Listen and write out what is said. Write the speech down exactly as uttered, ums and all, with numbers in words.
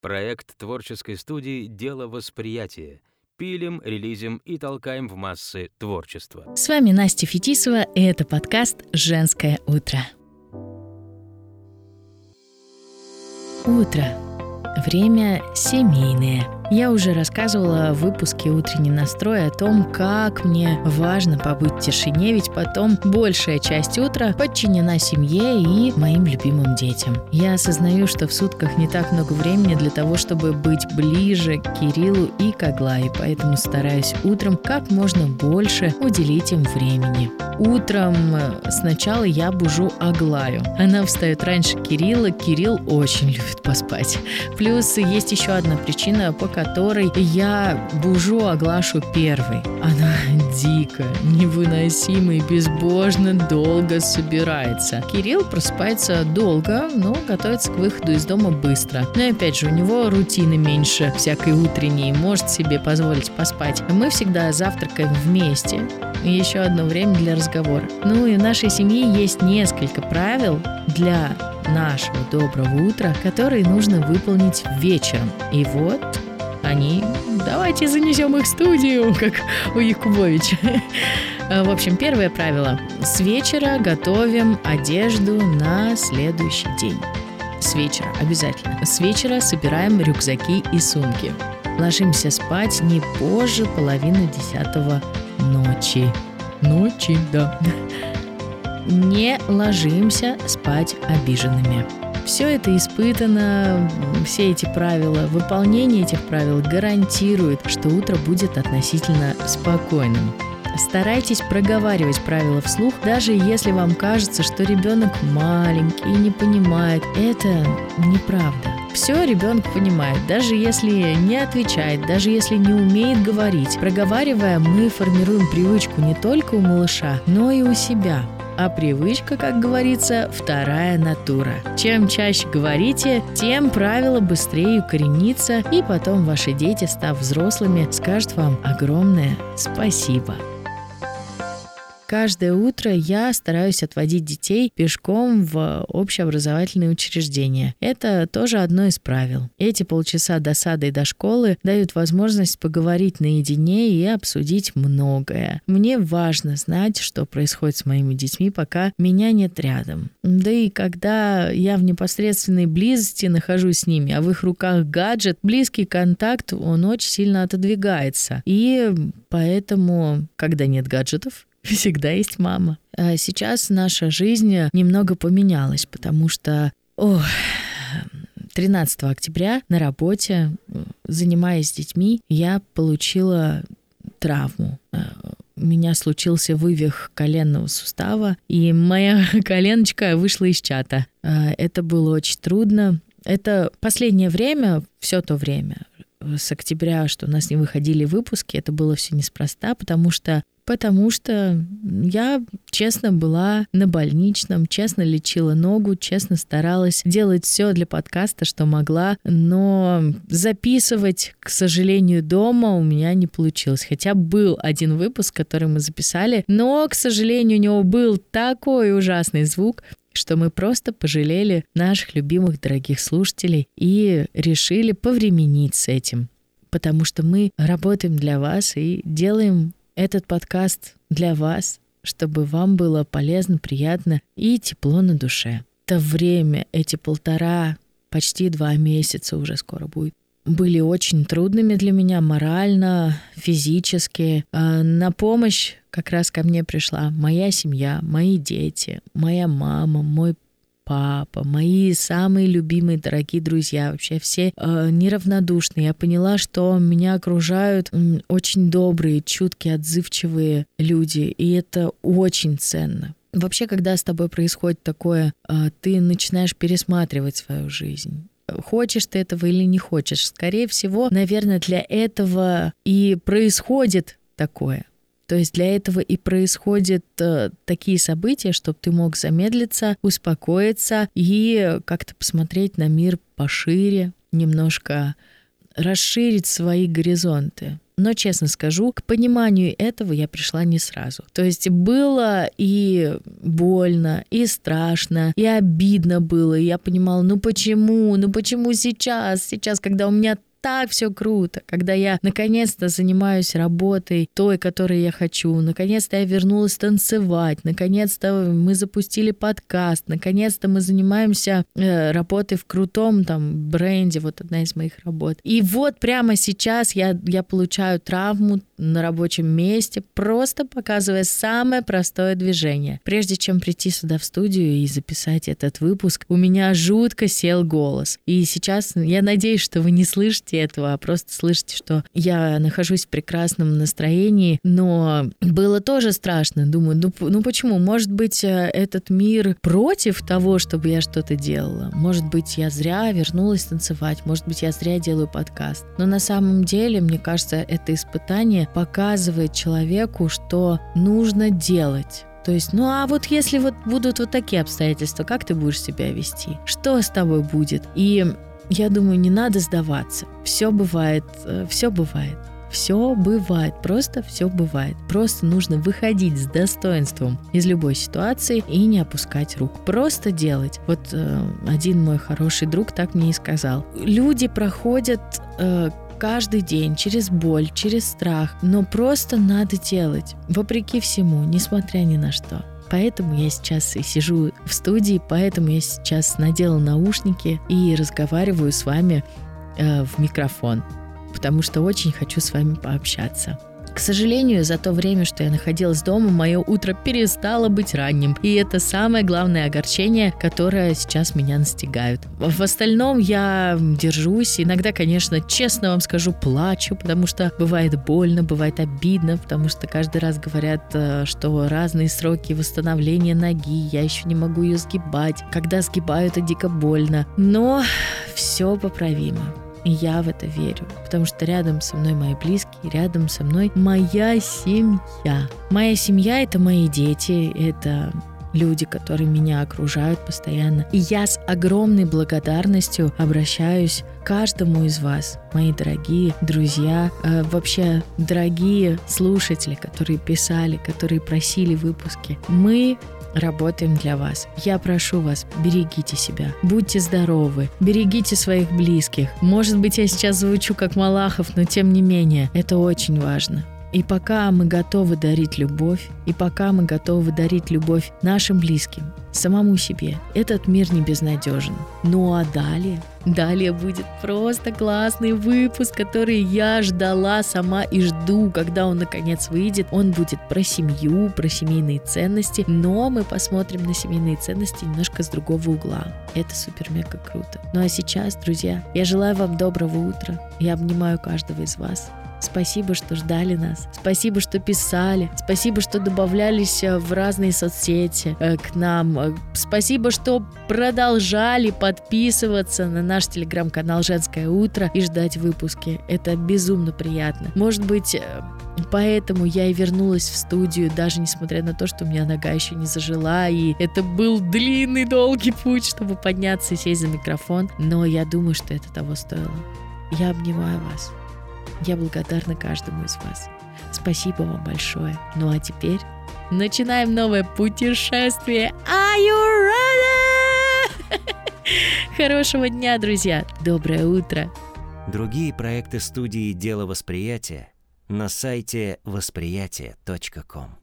Проект творческой студии «Дело восприятия». Пилим, релизим и толкаем в массы творчество. С вами Настя Фетисова, и это подкаст «Женское утро». Утро. Время семейное. Я уже рассказывала в выпуске «Утренний настрой» о том, как мне важно побыть в тишине, ведь потом большая часть утра подчинена семье и моим любимым детям. Я осознаю, что в сутках не так много времени для того, чтобы быть ближе к Кириллу и к Аглае, поэтому стараюсь утром как можно больше уделить им времени. Утром сначала я бужу Аглаю. Она встает раньше Кирилла, Кирилл очень любит поспать. Плюс есть еще одна причина, по которой я бужу Аглашу первой. Она дико, невыносимо и безбожно долго собирается. Кирилл просыпается долго, но готовится к выходу из дома быстро. Но опять же, у него рутины меньше всякой утренней, может себе позволить поспать. Мы всегда завтракаем вместе. И еще одно время для разговора. Ну и в нашей семье есть несколько правил для нашего доброго утра, которые нужно выполнить вечером. И вот они... Давайте занесем их в студию, как у Якубовича. В общем, первое правило. С вечера готовим одежду на следующий день. С вечера, обязательно. С вечера собираем рюкзаки и сумки. Ложимся спать не позже половины десятого ночи. Ночи, да. Не ложимся спать обиженными. Все это испытано, все эти правила, выполнение этих правил гарантирует, что утро будет относительно спокойным. Старайтесь проговаривать правила вслух, даже если вам кажется, что ребенок маленький и не понимает. Это неправда. Все ребенок понимает, даже если не отвечает, даже если не умеет говорить. Проговаривая, мы формируем привычку не только у малыша, но и у себя. А привычка, как говорится, вторая натура. Чем чаще говорите, тем правило быстрее укоренится, и потом ваши дети, став взрослыми, скажут вам огромное спасибо. Каждое утро я стараюсь отводить детей пешком в общеобразовательные учреждения. Это тоже одно из правил. Эти полчаса до сада и до школы дают возможность поговорить наедине и обсудить многое. Мне важно знать, что происходит с моими детьми, пока меня нет рядом. Да и когда я в непосредственной близости нахожусь с ними, а в их руках гаджет, близкий контакт, он очень сильно отодвигается. И поэтому, когда нет гаджетов, всегда есть мама. А сейчас наша жизнь немного поменялась, потому что о, тринадцатого октября на работе, занимаясь с детьми, я получила травму. У меня случился вывих коленного сустава, и моя коленочка вышла из чата. Это было очень трудно. Это последнее время, все то время, с октября, что у нас не выходили выпуски, это было все неспроста, потому что Потому что я честно была на больничном, честно лечила ногу, честно старалась делать все для подкаста, что могла, но записывать, к сожалению, дома у меня не получилось. Хотя был один выпуск, который мы записали, но, к сожалению, у него был такой ужасный звук, что мы просто пожалели наших любимых дорогих слушателей и решили повременить с этим. Потому что мы работаем для вас и делаем этот подкаст для вас, чтобы вам было полезно, приятно и тепло на душе. Это время, эти полтора, почти два месяца уже скоро будет, были очень трудными для меня морально, физически. На помощь как раз ко мне пришла моя семья, мои дети, моя мама, мой папа, мои самые любимые, дорогие друзья, вообще все э, неравнодушные. Я поняла, что меня окружают э, очень добрые, чуткие, отзывчивые люди, и это очень ценно. Вообще, когда с тобой происходит такое, э, ты начинаешь пересматривать свою жизнь. Хочешь ты этого или не хочешь. Скорее всего, наверное, для этого и происходит такое. То есть для этого и происходят э, такие события, чтобы ты мог замедлиться, успокоиться и как-то посмотреть на мир пошире, немножко расширить свои горизонты. Но, честно скажу, к пониманию этого я пришла не сразу. То есть было и больно, и страшно, и обидно было. И я понимала, ну почему, ну почему сейчас, сейчас, когда у меня так все круто, когда я наконец-то занимаюсь работой той, которой я хочу, наконец-то я вернулась танцевать, наконец-то мы запустили подкаст, наконец-то мы занимаемся э, работой в крутом там бренде, вот одна из моих работ. И вот прямо сейчас я, я получаю травму на рабочем месте, просто показывая самое простое движение. Прежде чем прийти сюда в студию и записать этот выпуск, у меня жутко сел голос. И сейчас я надеюсь, что вы не слышите этого, а просто слышите, что я нахожусь в прекрасном настроении, но было тоже страшно. Думаю, ну, ну почему? Может быть, этот мир против того, чтобы я что-то делала? Может быть, я зря вернулась танцевать? Может быть, я зря делаю подкаст? Но на самом деле, мне кажется, это испытание показывает человеку, что нужно делать. То есть, ну а вот если вот будут вот такие обстоятельства, как ты будешь себя вести? Что с тобой будет? И я думаю, не надо сдаваться. Все бывает, все бывает. Все бывает, просто все бывает. Просто нужно выходить с достоинством из любой ситуации и не опускать рук. Просто делать. Вот э, один мой хороший друг так мне и сказал. Люди проходят э, каждый день через боль, через страх, но просто надо делать. Вопреки всему, несмотря ни на что. Поэтому я сейчас и сижу в студии, поэтому я сейчас надела наушники и разговариваю с вами э, в микрофон, потому что очень хочу с вами пообщаться. К сожалению, за то время, что я находилась дома, мое утро перестало быть ранним. И это самое главное огорчение, которое сейчас меня настигает. В остальном я держусь. Иногда, конечно, честно вам скажу, плачу, потому что бывает больно, бывает обидно, потому что каждый раз говорят, что разные сроки восстановления ноги, я еще не могу ее сгибать. Когда сгибаю, это дико больно. Но все поправимо. И я в это верю, потому что рядом со мной мои близкие, рядом со мной моя семья. Моя семья — это мои дети, это люди, которые меня окружают постоянно. И я с огромной благодарностью обращаюсь к каждому из вас, мои дорогие друзья, э, вообще дорогие слушатели, которые писали, которые просили выпуски. Мы работаем для вас. Я прошу вас, берегите себя, будьте здоровы, берегите своих близких. Может быть, я сейчас звучу как Малахов, но тем не менее, это очень важно. И пока мы готовы дарить любовь, и пока мы готовы дарить любовь нашим близким, самому себе, этот мир не безнадежен. Ну а далее, далее будет просто классный выпуск, который я ждала сама и жду, когда он наконец выйдет. Он будет про семью, про семейные ценности, но мы посмотрим на семейные ценности немножко с другого угла. Это супер-мега круто. Ну а сейчас, друзья, я желаю вам доброго утра. Я обнимаю каждого из вас. Спасибо, что ждали нас. Спасибо, что писали. Спасибо, что добавлялись в разные соцсети э, к нам. Спасибо, что продолжали подписываться на наш телеграм-канал «Женское утро» и ждать выпуски. Это безумно приятно. Может быть, поэтому я и вернулась в студию, даже несмотря на то, что у меня нога еще не зажила, и это был длинный, долгий путь, чтобы подняться и сесть за микрофон. Но я думаю, что это того стоило. Я обнимаю вас. Я благодарна каждому из вас. Спасибо вам большое. Ну а теперь начинаем новое путешествие. Are you ready? Хорошего дня, друзья. Доброе утро. Другие проекты студии «Дело восприятия» на сайте восприятие точка ком.